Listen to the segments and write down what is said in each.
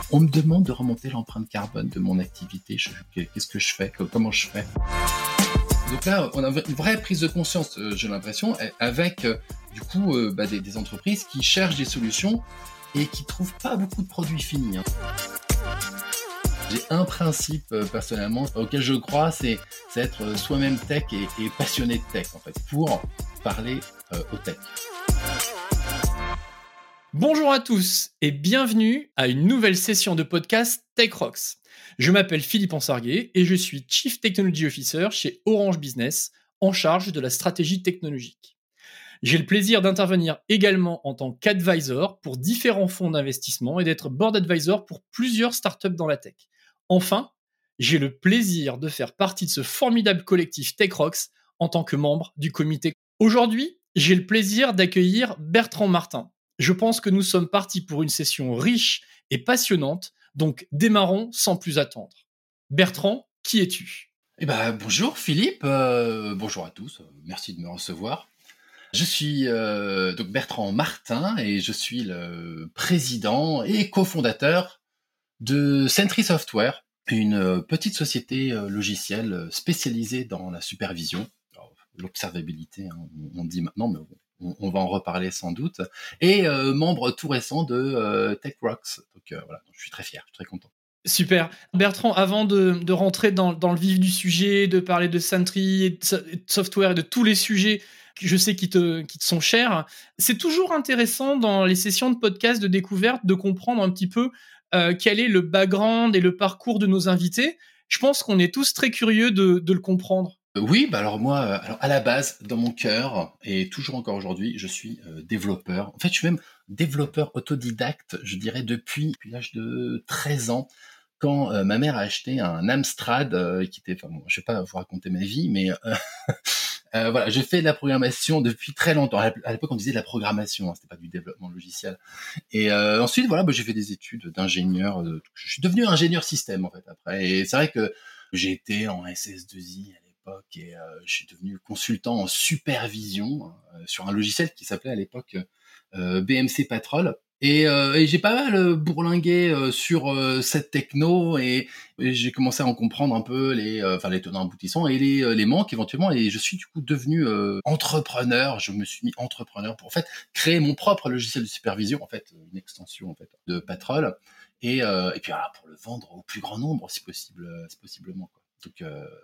On me demande de remonter l'empreinte carbone de mon activité. Qu'est-ce que je fais? Comment je fais? Donc là, on a une vraie prise de conscience, j'ai l'impression, avec des entreprises qui cherchent des solutions et qui trouvent pas beaucoup de produits finis. J'ai un principe personnellement auquel je crois, c'est être soi-même tech et passionné de tech en fait, pour parler aux tech. Bonjour à tous et bienvenue à une nouvelle session de podcast Tech Rocks. Je m'appelle Philippe Ansarguet et je suis Chief Technology Officer chez Orange Business, en charge de la stratégie technologique. J'ai le plaisir d'intervenir également en tant qu'advisor pour différents fonds d'investissement et d'être board advisor pour plusieurs startups dans la tech. Enfin, j'ai le plaisir de faire partie de ce formidable collectif Tech Rocks en tant que membre du comité. Aujourd'hui, j'ai le plaisir d'accueillir Bertrand Martin. Je pense que nous sommes partis pour une session riche et passionnante, donc démarrons sans plus attendre. Bertrand, qui es-tu ? Bonjour Philippe, bonjour à tous, merci de me recevoir. Je suis donc Bertrand Martin et je suis le président et cofondateur de Sentry Software, une petite société logicielle spécialisée dans la supervision, alors, l'observabilité, hein, on dit maintenant, mais on va en reparler sans doute, et membre tout récent de Tech Rocks. Donc voilà, je suis très fier, je suis très content. Super. Bertrand, avant de rentrer dans le vif du sujet, de parler de Sentry et de software et de tous les sujets que je sais qui te sont chers, c'est toujours intéressant dans les sessions de podcast de découverte de comprendre un petit peu quel est le background et le parcours de nos invités. Je pense qu'on est tous très curieux de le comprendre. Oui, alors moi, à la base, dans mon cœur, et toujours encore aujourd'hui, je suis développeur. En fait, je suis même développeur autodidacte, je dirais, depuis l'âge de 13 ans, quand ma mère a acheté un Amstrad qui était, enfin bon, je vais pas vous raconter ma vie, mais voilà, j'ai fait de la programmation depuis très longtemps. À l'époque, on disait de la programmation, hein, c'était pas du développement logiciel. Et ensuite, voilà, j'ai fait des études d'ingénieur. Je suis devenu ingénieur système en fait après. Et c'est vrai que j'ai été en SS2I à l'époque et je suis devenu consultant en supervision sur un logiciel qui s'appelait à l'époque BMC Patrol. Et j'ai pas mal bourlingué sur cette techno et j'ai commencé à en comprendre un peu les tenants aboutissants et les manques éventuellement. Et je suis du coup devenu entrepreneur. Je me suis mis entrepreneur pour en fait créer mon propre logiciel de supervision, en fait une extension en fait de Patrol et puis voilà, pour le vendre au plus grand nombre si possible, si possiblement quoi. Donc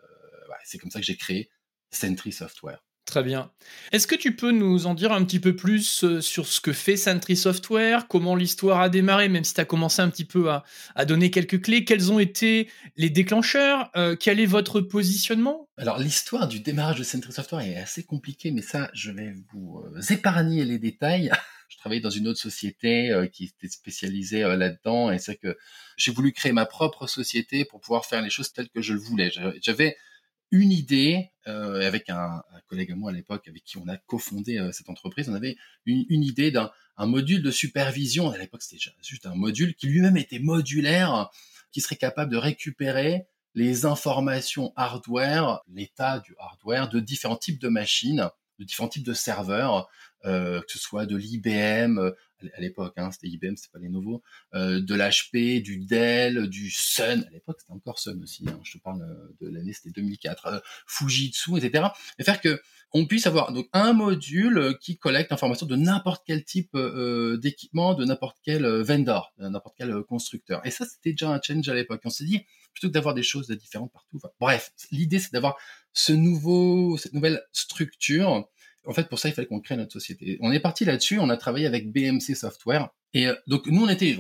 c'est comme ça que j'ai créé Sentry Software. Très bien. Est-ce que tu peux nous en dire un petit peu plus sur ce que fait Sentry Software, comment l'histoire a démarré, même si tu as commencé un petit peu à donner quelques clés, quels ont été les déclencheurs, quel est votre positionnement ? Alors, l'histoire du démarrage de Sentry Software est assez compliquée, mais ça, je vais vous épargner les détails. Je travaillais dans une autre société qui était spécialisée là-dedans, et c'est que j'ai voulu créer ma propre société pour pouvoir faire les choses telles que je le voulais. J'avais une idée avec un collègue à moi à l'époque avec qui on a cofondé cette entreprise. On avait une idée d'un module de supervision. À l'époque, c'était juste un module qui lui-même était modulaire, qui serait capable de récupérer les informations hardware, l'état du hardware de différents types de machines, de différents types de serveurs, que ce soit de l'IBM, à l'époque, hein, c'était IBM, c'était pas Lenovo, de l'HP, du Dell, du Sun, à l'époque c'était encore Sun aussi, hein, je te parle de l'année, c'était 2004, Fujitsu, etc. Et faire que on puisse avoir donc un module qui collecte l'information de n'importe quel type d'équipement, de n'importe quel vendor, de n'importe quel constructeur. Et ça, c'était déjà un challenge à l'époque. On s'est dit, plutôt que d'avoir des choses différentes partout. Enfin, bref, l'idée, c'est d'avoir cette nouvelle structure. En fait, pour ça, il fallait qu'on crée notre société. On est parti là-dessus, on a travaillé avec BMC Software. Et donc, nous, on était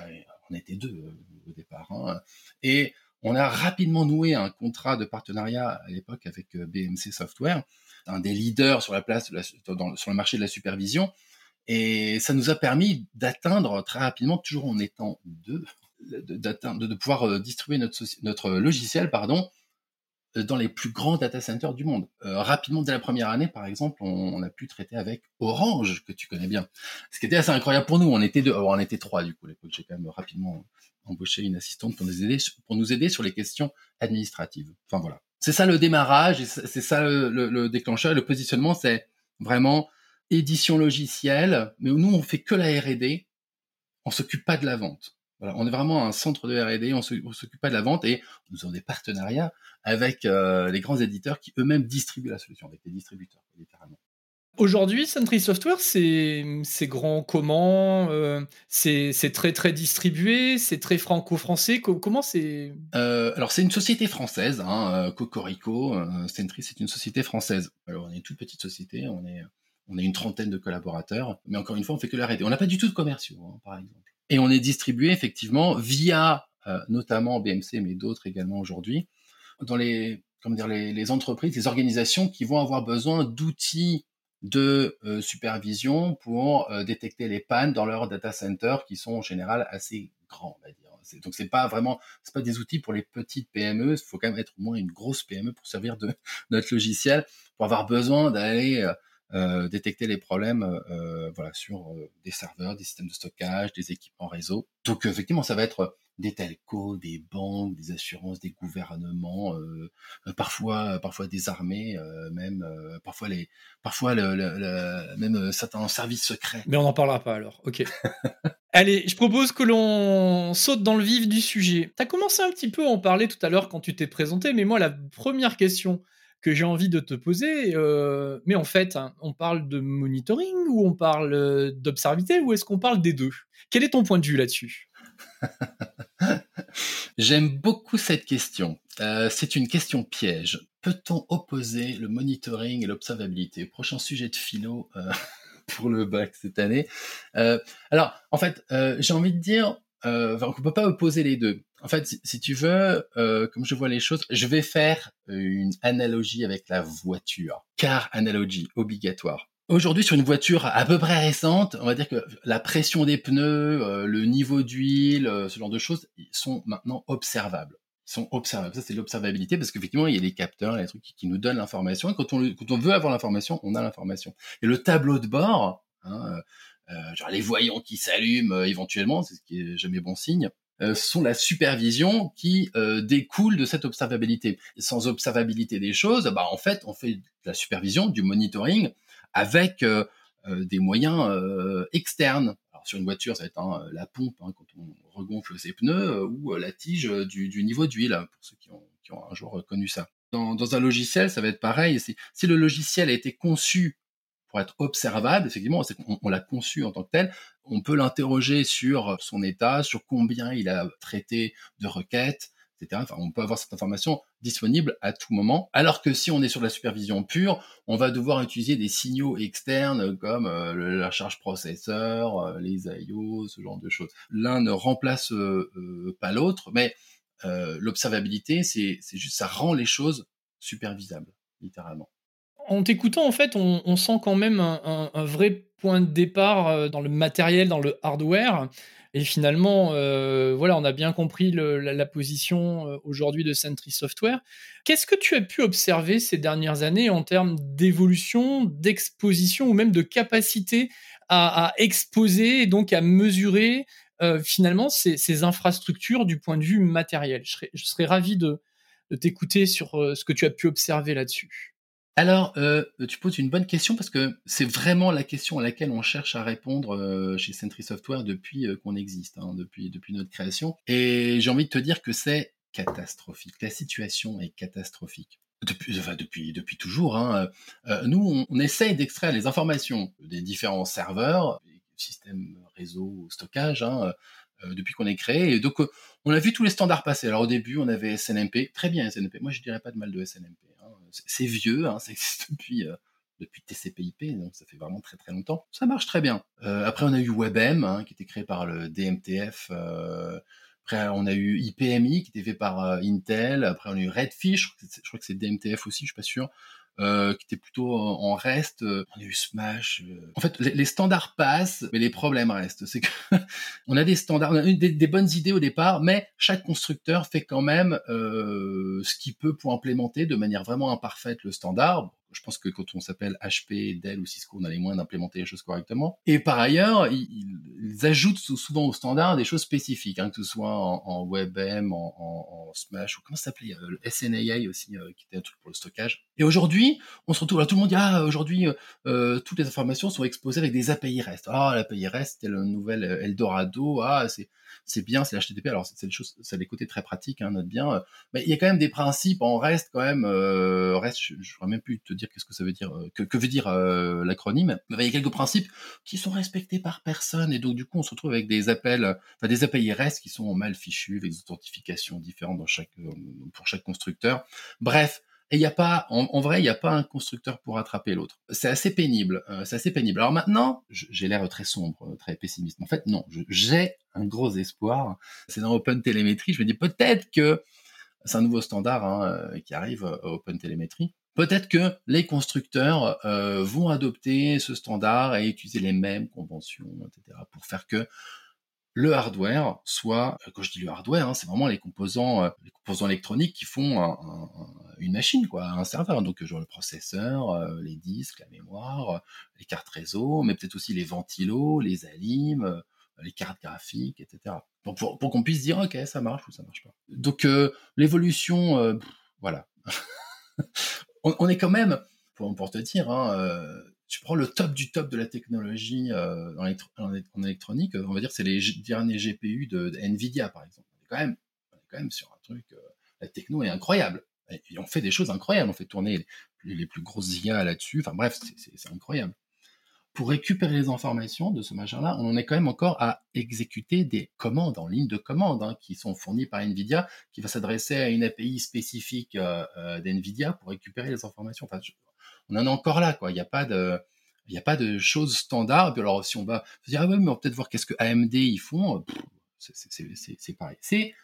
deux au départ. Hein, et on a rapidement noué un contrat de partenariat à l'époque avec BMC Software, un des leaders sur la place sur le marché de la supervision. Et ça nous a permis d'atteindre très rapidement, toujours en étant deux, de pouvoir distribuer notre logiciel, dans les plus grands data centers du monde. Rapidement, dès la première année, par exemple, on a pu traiter avec Orange, que tu connais bien. Ce qui était assez incroyable pour nous. On était deux, alors on était trois, du coup, à l'époque. J'ai quand même rapidement embauché une assistante pour nous aider sur les questions administratives. Enfin, voilà. C'est ça le démarrage, et c'est ça le déclencheur. Le positionnement, c'est vraiment édition logicielle, mais nous, on fait que la R&D. On s'occupe pas de la vente. Voilà, on est vraiment un centre de R&D, on s'occupe pas de la vente et nous avons des partenariats avec les grands éditeurs qui eux-mêmes distribuent la solution, avec les distributeurs, littéralement. Aujourd'hui, Sentry Software, c'est grand comment? C'est très, très distribué? C'est très franco-français? Comment c'est? Alors c'est une société française, Cocorico, Sentry, c'est une société française. Alors on est une toute petite société, on est une trentaine de collaborateurs, mais encore une fois, on fait que la R&D. On n'a pas du tout de commerciaux, par exemple. Et on est distribué effectivement via notamment BMC, mais d'autres également aujourd'hui, dans les entreprises, les organisations qui vont avoir besoin d'outils de supervision pour détecter les pannes dans leurs data centers qui sont en général assez grands, on va dire. Donc c'est pas des outils pour les petites PME. Il faut quand même être au moins une grosse PME pour servir de notre logiciel, pour avoir besoin d'aller détecter les problèmes sur des serveurs, des systèmes de stockage, des équipements réseau. Donc effectivement, ça va être des telcos, des banques, des assurances, des gouvernements, parfois des armées, même certains services secrets. Mais on n'en parlera pas alors, ok. Allez, je propose que l'on saute dans le vif du sujet. Tu as commencé un petit peu à en parler tout à l'heure quand tu t'es présenté, mais moi, la première question que j'ai envie de te poser, mais en fait, on parle de monitoring ou on parle d'observabilité ou est-ce qu'on parle des deux? Quel est ton point de vue là-dessus? J'aime beaucoup cette question. C'est une question piège. Peut-on opposer le monitoring et l'observabilité? Prochain sujet de philo pour le bac cette année. Alors, en fait, j'ai envie de dire qu'on peut pas opposer les deux. En fait, si tu veux, comme je vois les choses, je vais faire une analogie avec la voiture. Car analogie obligatoire. Aujourd'hui, sur une voiture à peu près récente, on va dire que la pression des pneus, le niveau d'huile, ce genre de choses, ils sont maintenant observables. Ils sont observables. Ça, c'est l'observabilité parce qu'effectivement, il y a les capteurs, les trucs qui nous donnent l'information. Et quand on veut avoir l'information, on a l'information. Et le tableau de bord, genre les voyants qui s'allument éventuellement, c'est ce qui est jamais bon signe, sont la supervision qui découle de cette observabilité. Et sans observabilité des choses, en fait, on fait de la supervision, du monitoring, avec des moyens externes. Alors sur une voiture, ça va être la pompe quand on regonfle ses pneus ou la tige du niveau d'huile, pour ceux qui ont un jour connu ça. Dans un logiciel, ça va être pareil. Si le logiciel a été conçu pour être observable, effectivement, c'est qu'on l'a conçu en tant que tel, on peut l'interroger sur son état, sur combien il a traité de requêtes, etc. Enfin, on peut avoir cette information disponible à tout moment. Alors que si on est sur la supervision pure, on va devoir utiliser des signaux externes comme la charge processeur, les I/O, ce genre de choses. L'un ne remplace pas l'autre, mais l'observabilité, c'est juste, ça rend les choses supervisables, littéralement. En t'écoutant, en fait, on sent quand même un vrai point de départ dans le matériel, dans le hardware. Et finalement, voilà, on a bien compris la position aujourd'hui de Sentry Software. Qu'est-ce que tu as pu observer ces dernières années en termes d'évolution, d'exposition ou même de capacité à exposer et donc à mesurer finalement ces infrastructures du point de vue matériel? Je serais ravi de t'écouter sur ce que tu as pu observer là-dessus. Alors, tu poses une bonne question parce que c'est vraiment la question à laquelle on cherche à répondre chez Sentry Software depuis qu'on existe, depuis notre création. Et j'ai envie de te dire que c'est catastrophique. La situation est catastrophique. Depuis toujours. Nous, on essaye d'extraire les informations des différents serveurs, des systèmes réseau, stockage, depuis qu'on est créé. Et donc, on a vu tous les standards passer. Alors au début, on avait SNMP, très bien SNMP. Moi, je dirais pas de mal de SNMP. C'est vieux, ça existe depuis TCP/IP, donc ça fait vraiment très très longtemps. Ça marche très bien. Après, on a eu WebM, qui était créé par le DMTF. Après, on a eu IPMI, qui était fait par Intel. Après, on a eu Redfish, je crois que c'est DMTF aussi, je suis pas sûr. Qui était plutôt en reste. On a eu Smash. En fait, les standards passent, mais les problèmes restent. C'est que on a des standards, on a eu des bonnes idées au départ, mais chaque constructeur fait quand même ce qu'il peut pour implémenter de manière vraiment imparfaite le standard. je pense que quand on s'appelle HP, Dell ou Cisco, on a les moyens d'implémenter les choses correctement. Et par ailleurs, ils ajoutent souvent au standard des choses spécifiques, que ce soit en WebM, en Smash, ou comment ça s'appelait, le SNAI aussi, qui était un truc pour le stockage. Et aujourd'hui, on se retrouve là, tout le monde dit aujourd'hui toutes les informations sont exposées avec des API REST. L'API REST, c'est le nouvel Eldorado. C'est bien, c'est l'HTTP. Alors c'est des côtés très pratiques, note bien. Mais il y a quand même des principes en REST quand même. REST, je ne saurais même plus te dire qu'est-ce que ça veut dire, que veut dire l'acronyme. Mais il y a quelques principes qui sont respectés par personne, et donc du coup on se retrouve avec des API REST qui sont mal fichus, avec des authentifications différentes pour chaque constructeur. Bref. Et il y a pas, en vrai, il n'y a pas un constructeur pour attraper l'autre. C'est assez pénible. Alors maintenant, j'ai l'air très sombre, très pessimiste. En fait, non, j'ai un gros espoir. C'est dans OpenTelemetry. Je me dis peut-être que c'est un nouveau standard qui arrive, OpenTelemetry. Peut-être que les constructeurs vont adopter ce standard et utiliser les mêmes conventions, etc., pour faire que le hardware soit, quand je dis le hardware, c'est vraiment les composants électroniques qui font une machine, quoi, un serveur. Donc genre le processeur, les disques, la mémoire, les cartes réseau, mais peut-être aussi les ventilos, les alims, les cartes graphiques, etc. Donc pour qu'on puisse dire ok, ça marche ou ça marche pas. Donc l'évolution, voilà. on est quand même, pour te dire, tu prends le top du top de la technologie en électronique, on va dire c'est les derniers GPU de Nvidia, par exemple. On est quand même sur un truc, la techno est incroyable. Et on fait des choses incroyables, on fait tourner les plus grosses IA là-dessus, enfin bref, c'est incroyable. Pour récupérer les informations de ce machin-là, on en est quand même encore à exécuter des commandes en ligne de commande qui sont fournies par Nvidia, qui va s'adresser à une API spécifique d'Nvidia pour récupérer les informations. Enfin, on en est encore là, quoi. Il n'y a pas de choses standards. Et puis alors, si on va se dire, mais on va peut-être voir qu'est-ce que AMD ils font, c'est pareil.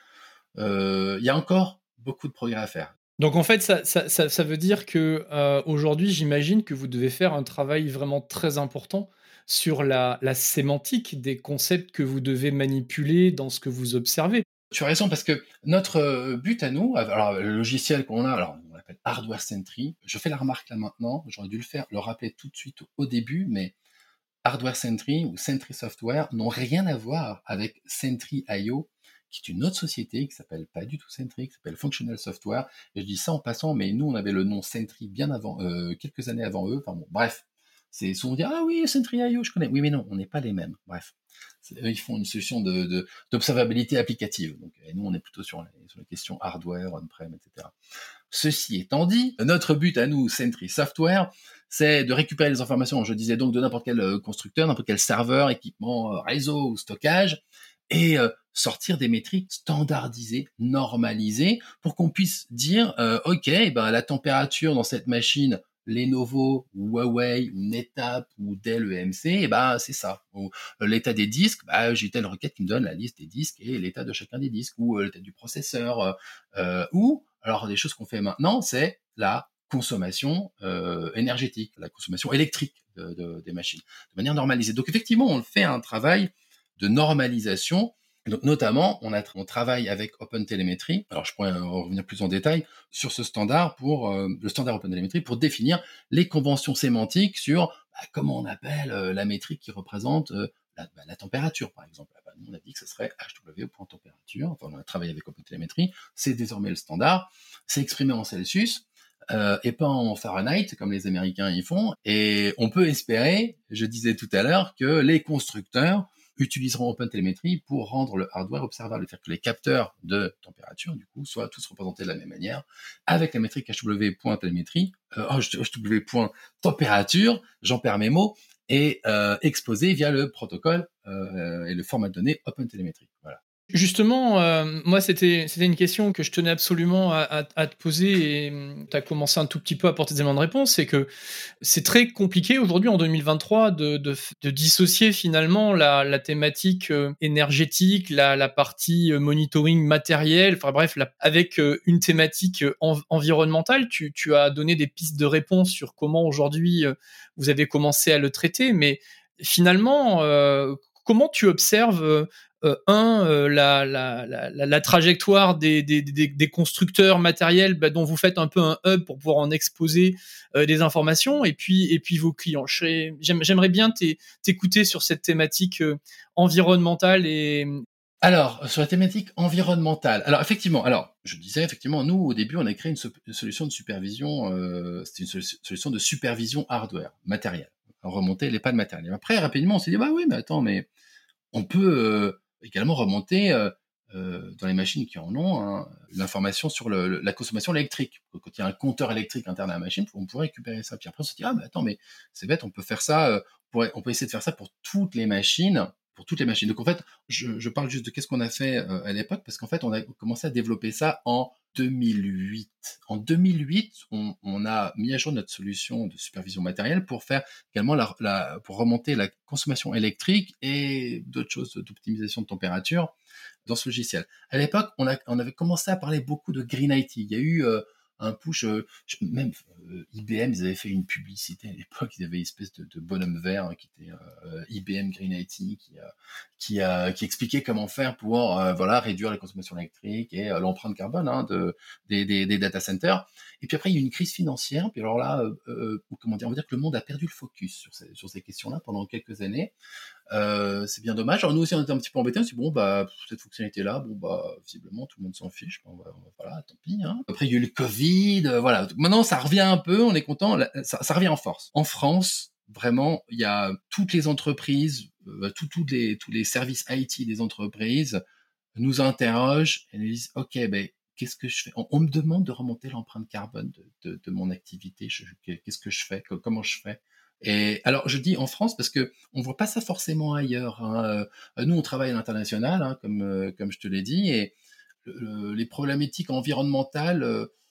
Il y a encore beaucoup de progrès à faire. Donc en fait, ça veut dire que aujourd'hui, j'imagine que vous devez faire un travail vraiment très important sur la sémantique des concepts que vous devez manipuler dans ce que vous observez. Tu as raison, parce que notre but à nous, alors le logiciel qu'on a, alors on l'appelle Hardware Sentry. Je fais la remarque là maintenant, j'aurais dû le rappeler tout de suite au début, mais Hardware Sentry ou Sentry Software n'ont rien à voir avec Sentry.io, qui est une autre société qui s'appelle pas du tout Sentry, qui s'appelle Functional Software. Et je dis ça en passant, mais nous on avait le nom Sentry bien avant, quelques années avant eux. Enfin bon, bref. C'est souvent dire oui, Sentry.io, je connais. Oui, mais non, on n'est pas les mêmes. Bref. Eux, ils font une solution d'observabilité applicative. Donc, et nous, on est plutôt sur les questions hardware, on-prem, etc. Ceci étant dit, notre but à nous, Sentry Software, c'est de récupérer les informations, je disais donc, de n'importe quel constructeur, n'importe quel serveur, équipement, réseau ou stockage, et sortir des métriques standardisées, normalisées, pour qu'on puisse dire, ok, la température dans cette machine, Lenovo, ou Huawei, ou NetApp, ou Dell EMC, c'est ça. Ou l'état des disques, j'ai telle requête qui me donne la liste des disques et l'état de chacun des disques, ou l'état du processeur, ou alors des choses qu'on fait maintenant, c'est la consommation énergétique, la consommation électrique des machines, de manière normalisée. Donc effectivement, on fait un travail de normalisation. Donc, notamment, on travaille avec OpenTelemetry. Alors, je pourrais revenir plus en détail sur ce standard le standard OpenTelemetry pour définir les conventions sémantiques sur comment on appelle la métrique qui représente la température, par exemple. Nous, on a dit que ce serait HW.température. Enfin, on a travaillé avec OpenTelemetry. C'est désormais le standard. C'est exprimé en Celsius. Et pas en Fahrenheit, comme les Américains y font. Et on peut espérer, je disais tout à l'heure, que les constructeurs utiliseront OpenTelemetry pour rendre le hardware observable, c'est-à-dire que les capteurs de température, du coup, soient tous représentés de la même manière, avec la métrique HW.telemetry, HW.température, j'en perds mes mots, et exposés via le protocole et le format de données OpenTelemetry. Voilà. Justement, moi, c'était une question que je tenais absolument à te poser, et tu as commencé un tout petit peu à apporter des éléments de réponse. C'est que c'est très compliqué aujourd'hui, en 2023, de dissocier finalement la thématique énergétique, la partie monitoring matériel, enfin bref, avec une thématique environnementale. Tu as donné des pistes de réponse sur comment aujourd'hui vous avez commencé à le traiter, mais finalement, comment tu observes la trajectoire des constructeurs matériels dont vous faites un peu un hub pour pouvoir en exposer des informations, et puis vos clients. J'aimerais bien t'écouter sur cette thématique environnementale et... Alors, sur la thématique environnementale, alors effectivement, je disais effectivement, nous au début on a créé une solution de supervision, c'était une solution de supervision hardware, matériel, remonter les pannes matérielles. Après rapidement on s'est dit bah oui mais attends mais on peut également remonter dans les machines qui en ont l'information sur la consommation électrique. Quand il y a un compteur électrique interne à la machine, on pourrait récupérer ça. Puis après on se dit ah mais attends mais c'est bête, on peut faire ça, on peut essayer de faire ça pour toutes les machines. Pour toutes les machines. Donc en fait, je parle juste de qu'est-ce qu'on a fait à l'époque, parce qu'en fait, on a commencé à développer ça en 2008. En 2008, on a mis à jour notre solution de supervision matérielle pour faire également pour remonter la consommation électrique et d'autres choses d'optimisation de température dans ce logiciel. À l'époque, on avait commencé à parler beaucoup de Green IT. Il y a eu un push, même IBM, ils avaient fait une publicité à l'époque, ils avaient une espèce de bonhomme vert qui était IBM Green IT, qui expliquait comment faire pour réduire la consommation électrique et l'empreinte carbone des data centers. Et puis après, il y a eu une crise financière, puis alors là, comment dire, on va dire que le monde a perdu le focus sur ces questions-là pendant quelques années. C'est bien dommage. Alors nous aussi on était un petit peu embêtés, on s'est dit bon bah cette fonctionnalité là, visiblement tout le monde s'en fiche, voilà, tant pis. Après il y a eu le Covid, voilà. Maintenant ça revient un peu, on est content, ça revient en force. En France, vraiment, il y a toutes les entreprises, tous les services IT des entreprises nous interrogent et nous disent ok qu'est-ce que je fais, on me demande de remonter l'empreinte carbone de mon activité, qu'est-ce que je fais, comment je fais. Et alors je dis en France parce que on voit pas ça forcément ailleurs. Nous on travaille à l'international, comme je te l'ai dit, et les problématiques environnementales,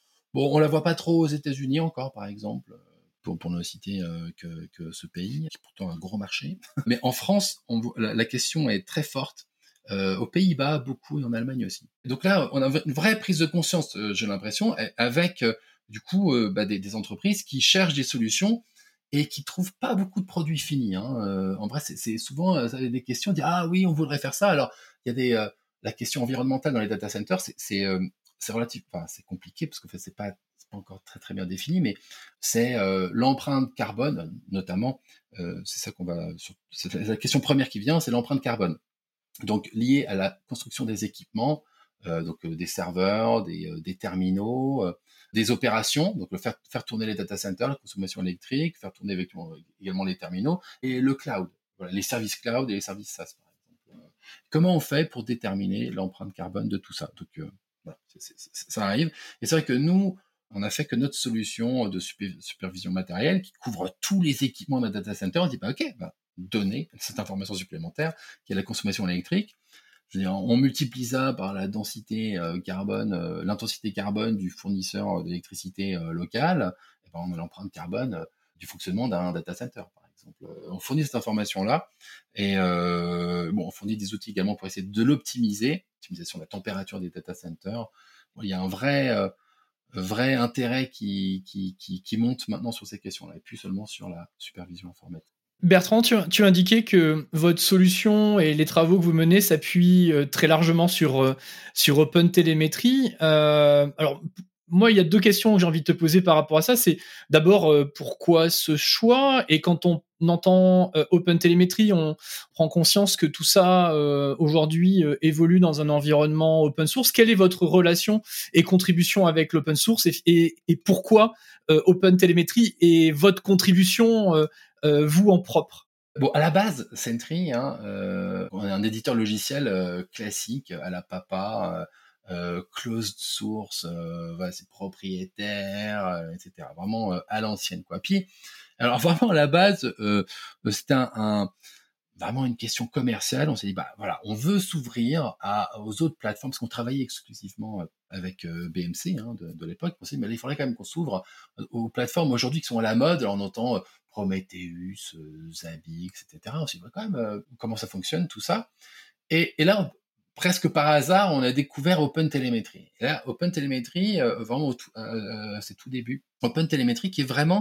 on la voit pas trop aux États-Unis encore, par exemple, pour ne citer que ce pays, qui est pourtant un gros marché. Mais en France, la question est très forte. Aux Pays-Bas, beaucoup, et en Allemagne aussi. Donc là, on a une vraie prise de conscience, j'ai l'impression, avec du coup des entreprises qui cherchent des solutions et qui trouvent pas beaucoup de produits finis. En vrai, c'est souvent des questions, dire ah oui, on voudrait faire ça. Alors il y a la question environnementale dans les data centers, c'est relatif, enfin c'est compliqué parce que en fait, c'est pas encore très très bien défini, mais c'est l'empreinte carbone, notamment. C'est ça c'est la question première qui vient, c'est l'empreinte carbone. Donc lié à la construction des équipements, des serveurs, des terminaux, des opérations, donc le faire tourner les data centers, la consommation électrique, faire tourner également les terminaux, et le cloud, voilà, les services cloud et les services SaaS par exemple. Comment on fait pour déterminer l'empreinte carbone de tout ça? Donc voilà, ça arrive. Et c'est vrai que nous, on a fait que notre solution de supervision matérielle qui couvre tous les équipements d'un data center, on dit donner cette information supplémentaire qui est la consommation électrique. Je veux dire, on multiplie ça par la densité carbone, l'intensité carbone du fournisseur d'électricité local, et on a l'empreinte carbone du fonctionnement d'un data center, par exemple. On fournit cette information-là et on fournit des outils également pour essayer de l'optimiser, optimisation de la température des data centers. Il y a un vrai intérêt qui monte maintenant sur ces questions-là, et plus seulement sur la supervision informatique. Bertrand, tu indiquais que votre solution et les travaux que vous menez s'appuient très largement sur OpenTelemetry. Alors, moi, il y a deux questions que j'ai envie de te poser par rapport à ça. C'est d'abord, pourquoi ce choix? Et quand on entend OpenTelemetry, on prend conscience que tout ça, aujourd'hui, évolue dans un environnement open source. Quelle est votre relation et contribution avec l'open source et pourquoi OpenTelemetry et votre contribution vous en propre? Bon, à la base, Sentry, on est un éditeur logiciel classique à la papa, closed source, voilà, c'est propriétaire, etc. Vraiment à l'ancienne, quoi. Puis, alors vraiment à la base, c'était vraiment une question commerciale. On s'est dit, voilà, on veut s'ouvrir aux autres plateformes, parce qu'on travaillait exclusivement avec BMC de l'époque. On s'est dit, mais il faudrait quand même qu'on s'ouvre aux plateformes aujourd'hui qui sont à la mode. Alors on entend Prometheus, Zabbix, etc. On s'est dit, quand même, comment ça fonctionne, tout ça. Et là, presque par hasard, on a découvert OpenTelemetry. Et là, OpenTelemetry, vraiment, c'est tout début. OpenTelemetry qui est vraiment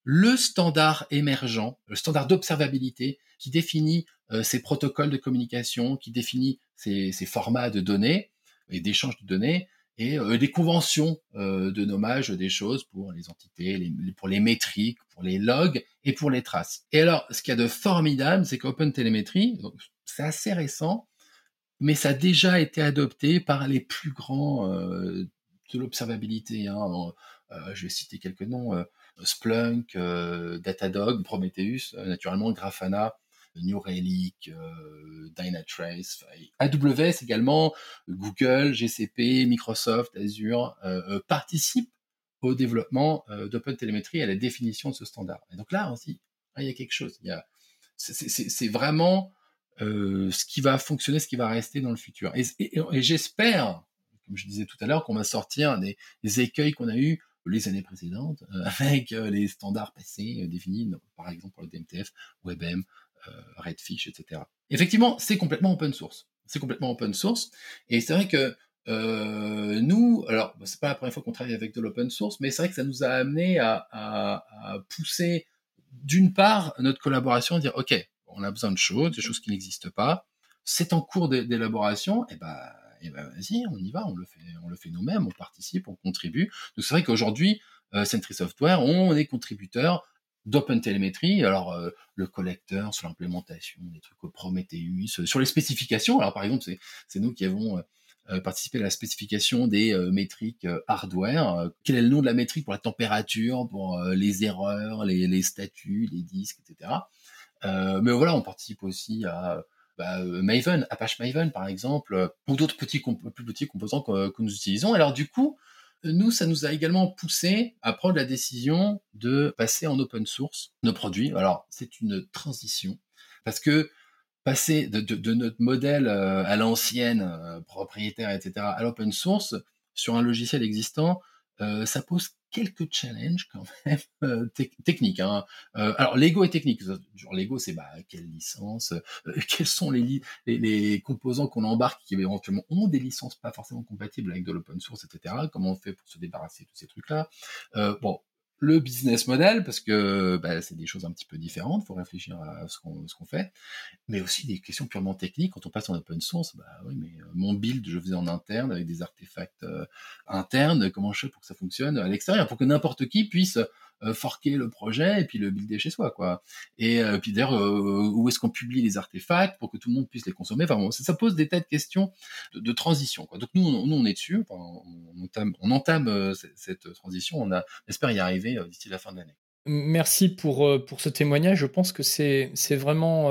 le standard émergent, le standard d'observabilité qui définit ces protocoles de communication, qui définit ces formats de données et d'échange de données, et des conventions de nommage des choses pour les entités, pour les métriques, pour les logs et pour les traces. Et alors, ce qu'il y a de formidable, c'est qu'OpenTelemetry, c'est assez récent, mais ça a déjà été adopté par les plus grands de l'observabilité. Je vais citer quelques noms, Splunk, Datadog, Prometheus, naturellement Grafana, New Relic, Dynatrace, AWS également, Google, GCP, Microsoft, Azure participent au développement d'OpenTelemetry et à la définition de ce standard. Et donc là aussi, il y a quelque chose. C'est vraiment ce qui va fonctionner, ce qui va rester dans le futur. Et j'espère, comme je disais tout à l'heure, qu'on va sortir des écueils qu'on a eus les années précédentes avec les standards passés définis, par exemple pour le DMTF, WebM, Redfish, etc. Effectivement, c'est complètement open source. C'est complètement open source. Et c'est vrai que nous, alors c'est pas la première fois qu'on travaille avec de l'open source, mais c'est vrai que ça nous a amené à pousser d'une part notre collaboration, à dire ok, on a besoin de choses, des choses qui n'existent pas, c'est en cours d'élaboration, et ben vas-y, on y va, on le fait nous-mêmes, on participe, on contribue. Donc c'est vrai qu'aujourd'hui, Sentry Software, on est contributeur d'OpenTelemetry, alors le collecteur, sur l'implémentation, des trucs au Prometheus, sur les spécifications. Alors par exemple, c'est nous qui avons participer à la spécification des métriques hardware. Quel est le nom de la métrique pour la température, pour les erreurs, les statuts, les disques, etc. Mais voilà, on participe aussi à Maven, Apache Maven par exemple, ou d'autres plus petits composants que nous utilisons. Alors du coup, nous, ça nous a également poussé à prendre la décision de passer en open source nos produits. Alors, c'est une transition parce que passer de notre modèle à l'ancienne, propriétaire, etc., à l'open source, sur un logiciel existant, ça pose quelques challenges quand même techniques. Alors, Lego est technique. Genre, Lego, c'est quelle licence, quels sont les composants qu'on embarque qui éventuellement ont des licences pas forcément compatibles avec de l'open source, etc. Comment on fait pour se débarrasser de tous ces trucs-là. Bon, le business model, parce que c'est des choses un petit peu différentes, il faut réfléchir à ce qu'on fait, mais aussi des questions purement techniques. Quand on passe en open source, oui, mais mon build, je le faisais en interne avec des artefacts internes. Comment je fais pour que ça fonctionne à l'extérieur, pour que n'importe qui puisse forquer le projet et puis le builder chez soi, quoi. Et puis d'ailleurs, où est-ce qu'on publie les artefacts pour que tout le monde puisse les consommer. Enfin, bon, ça pose des tas de questions de transition, quoi. Donc nous, on est dessus. Enfin, on entame cette transition. On espère y arriver d'ici la fin de l'année. Merci pour ce témoignage. Je pense que c'est vraiment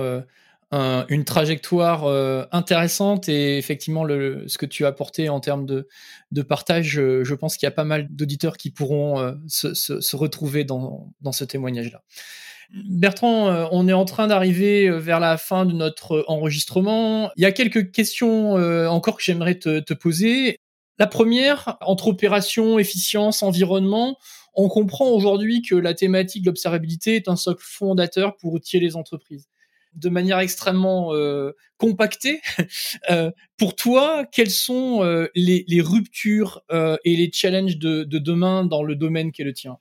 une trajectoire intéressante et effectivement ce que tu as apporté en termes de partage, je pense qu'il y a pas mal d'auditeurs qui pourront se retrouver dans ce témoignage-là. Bertrand, on est en train d'arriver vers la fin de notre enregistrement. Il y a quelques questions encore que j'aimerais te poser. La première, entre opération, efficience, environnement, on comprend aujourd'hui que la thématique de l'observabilité est un socle fondateur pour outiller les entreprises. De manière extrêmement compactée, pour toi, quelles sont les ruptures et les challenges de demain dans le domaine qui est le tien?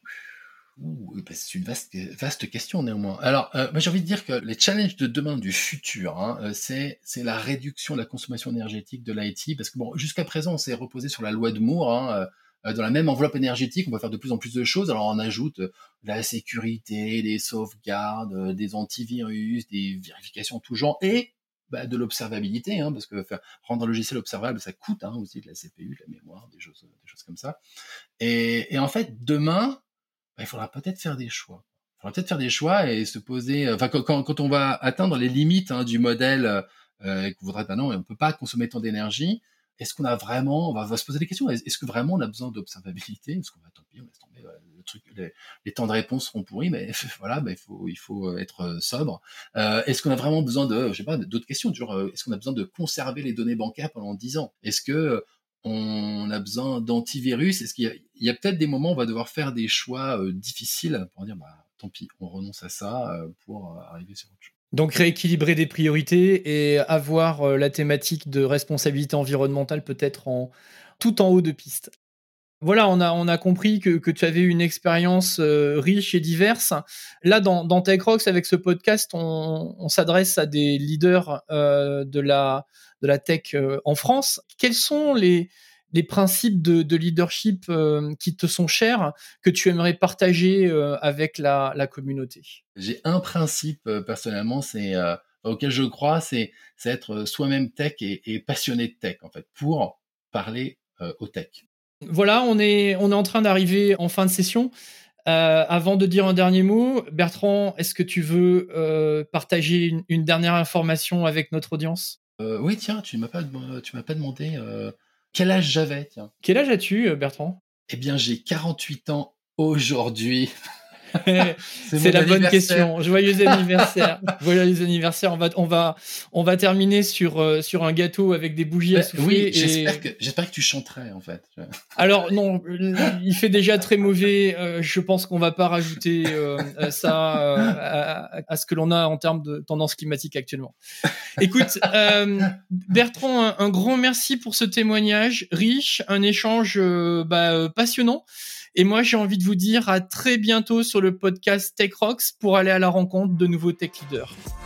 C'est une vaste question néanmoins. Alors, moi j'ai envie de dire que les challenges de demain, du futur, c'est la réduction de la consommation énergétique de l'IT, parce que bon, jusqu'à présent, on s'est reposé sur la loi de Moore. Dans la même enveloppe énergétique, on va faire de plus en plus de choses. Alors, on ajoute la sécurité, des sauvegardes, des antivirus, des vérifications en tout genre, et de l'observabilité, parce que rendre un logiciel observable, ça coûte aussi de la CPU, de la mémoire, des choses comme ça. Et en fait, demain, il faudra peut-être faire des choix. Il faudra peut-être faire des choix et se poser. Enfin, quand on va atteindre les limites du modèle et qu'on voudrait, non, on peut pas consommer tant d'énergie. Est-ce qu'on a vraiment, on va se poser des questions. Est-ce que vraiment on a besoin d'observabilité? Est-ce qu'on va, tant pis, on laisse tomber. Le truc, les temps de réponse seront pourris, mais voilà, il faut être sobre. Est-ce qu'on a vraiment besoin je sais pas, d'autres questions, genre, est-ce qu'on a besoin de conserver les données bancaires pendant 10 ans? Est-ce que on a besoin d'antivirus? Est-ce qu'il y a peut-être des moments où on va devoir faire des choix difficiles pour dire tant pis, on renonce à ça pour arriver sur autre chose. Donc rééquilibrer des priorités et avoir la thématique de responsabilité environnementale peut-être tout en haut de piste. Voilà, on a compris que tu avais une expérience riche et diverse. Là, dans TechRox, avec ce podcast, on s'adresse à des leaders de la tech en France. Quels sont les principes de leadership qui te sont chers, que tu aimerais partager avec la communauté? J'ai un principe personnellement, c'est auquel je crois, c'est être soi-même tech et passionné de tech en fait, pour parler aux tech. Voilà, on est en train d'arriver en fin de session. Avant de dire un dernier mot, Bertrand, est-ce que tu veux partager une dernière information avec notre audience? Oui, tiens, tu m'as pas demandé quel âge j'avais, tiens. Quel âge as-tu, Bertrand? Eh bien, j'ai 48 ans aujourd'hui. C'est C'est mon la bonne anniversaire. question. Joyeux anniversaire. Joyeux anniversaire. On va terminer sur un gâteau avec des bougies à souffler. Oui, j'espère que tu chanterais en fait. Alors non, il fait déjà très mauvais. Je pense qu'on va pas rajouter ça à ce que l'on a en termes de tendance climatique actuellement. Écoute, Bertrand, un grand merci pour ce témoignage riche, un échange passionnant. Et moi, j'ai envie de vous dire à très bientôt sur le podcast TechRox pour aller à la rencontre de nouveaux tech leaders.